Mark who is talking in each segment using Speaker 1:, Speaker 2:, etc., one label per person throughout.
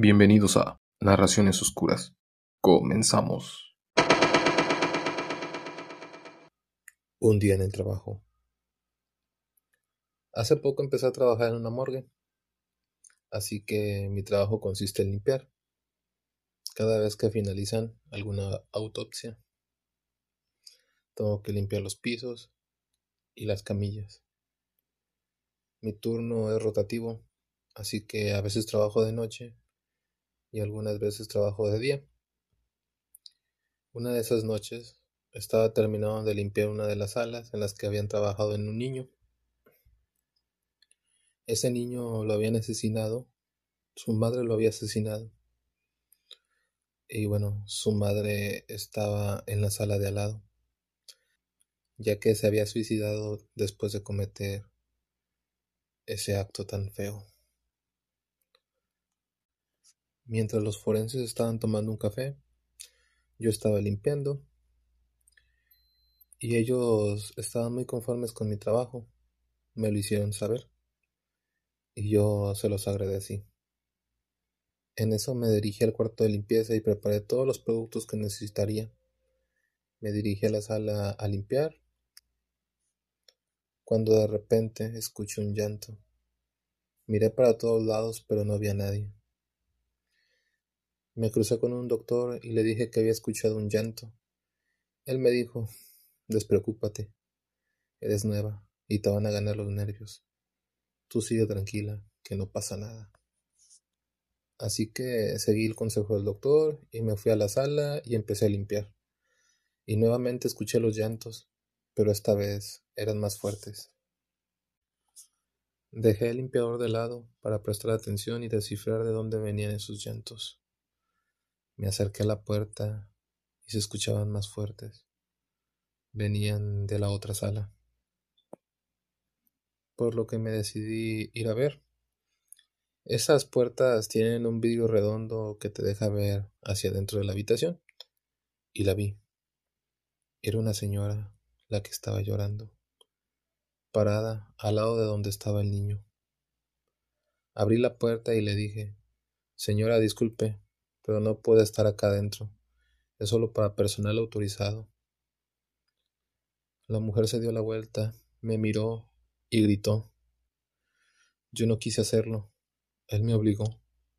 Speaker 1: Bienvenidos a Narraciones Oscuras. Comenzamos.
Speaker 2: Un día en el trabajo. Hace poco empecé a trabajar en una morgue, así que mi trabajo consiste en limpiar. Cada vez que finalizan alguna autopsia, tengo que limpiar los pisos y las camillas. Mi turno es rotativo, así que a veces trabajo de noche y algunas veces trabajo de día. Una de esas noches estaba terminando de limpiar una de las salas en las que habían trabajado en un niño. Ese niño lo habían asesinado, su madre lo había asesinado. Y bueno, su madre estaba en la sala de al lado, ya que se había suicidado después de cometer ese acto tan feo. Mientras los forenses estaban tomando un café, yo estaba limpiando y ellos estaban muy conformes con mi trabajo. Me lo hicieron saber y yo se los agradecí. En eso me dirigí al cuarto de limpieza y preparé todos los productos que necesitaría. Me dirigí a la sala a limpiar cuando de repente escuché un llanto. Miré para todos lados, pero no había nadie. Me crucé con un doctor y le dije que había escuchado un llanto. Él me dijo: despreocúpate, eres nueva y te van a ganar los nervios. Tú sigue tranquila, que no pasa nada. Así que seguí el consejo del doctor y me fui a la sala y empecé a limpiar. Y nuevamente escuché los llantos, pero esta vez eran más fuertes. Dejé el limpiador de lado para prestar atención y descifrar de dónde venían esos llantos. Me acerqué a la puerta y se escuchaban más fuertes. Venían de la otra sala, por lo que me decidí ir a ver. Esas puertas tienen un vidrio redondo que te deja ver hacia dentro de la habitación, y la vi. Era una señora la que estaba llorando, parada al lado de donde estaba el niño. Abrí la puerta y le dije: señora, disculpe, pero no puede estar acá adentro. Es solo para personal autorizado. La mujer se dio la vuelta, me miró y gritó. Yo no quise hacerlo. Él me obligó.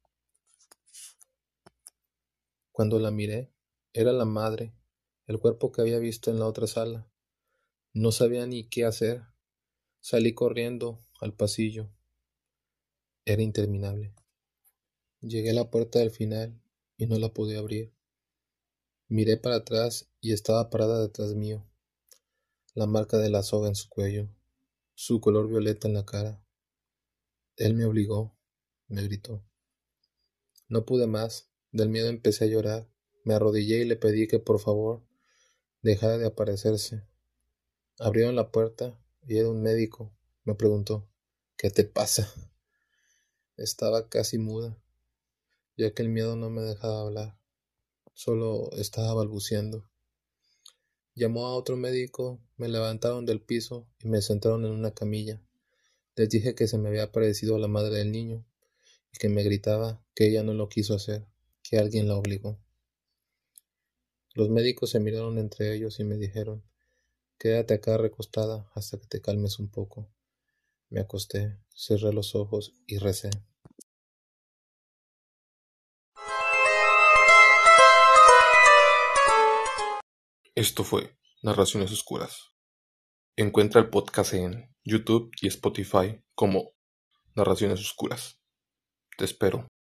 Speaker 2: Cuando la miré, era la madre, el cuerpo que había visto en la otra sala. No sabía ni qué hacer. Salí corriendo al pasillo. Era interminable. Llegué a la puerta del final y no la pude abrir. Miré para atrás y estaba parada detrás mío, la marca de la soga en su cuello, su color violeta en la cara. Él me obligó, me gritó. No pude más. Del miedo empecé a llorar. Me arrodillé y le pedí que por favor dejara de aparecerse. Abrieron la puerta y era un médico. Me preguntó: ¿qué te pasa? Estaba casi muda, ya que el miedo no me dejaba hablar. Solo estaba balbuceando. Llamó a otro médico, me levantaron del piso y me sentaron en una camilla. Les dije que se me había aparecido la madre del niño y que me gritaba que ella no lo quiso hacer, que alguien la obligó. Los médicos se miraron entre ellos y me dijeron: quédate acá recostada hasta que te calmes un poco. Me acosté, cerré los ojos y recé.
Speaker 1: Esto fue Narraciones Oscuras. Encuentra el podcast en YouTube y Spotify como Narraciones Oscuras. Te espero.